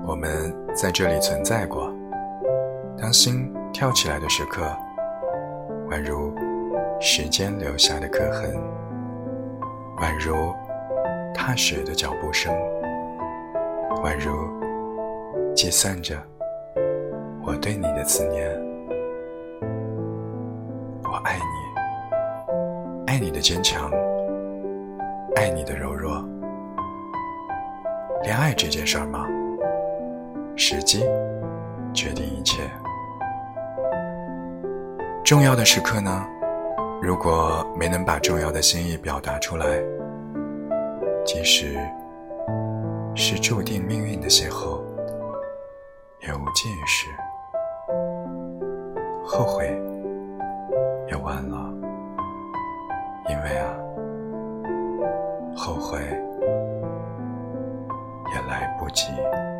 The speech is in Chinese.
我们在这里存在过。当心跳起来的时刻，宛如时间留下的刻痕，宛如踏雪的脚步声，宛如计算着我对你的思念。我爱你，爱你的坚强，爱你的柔弱。恋爱这件事儿嘛，时机决定一切。重要的时刻呢，如果没能把重要的心意表达出来，即使是注定命运的邂逅，也无济于事。后悔也晚了，因为后悔也来不及。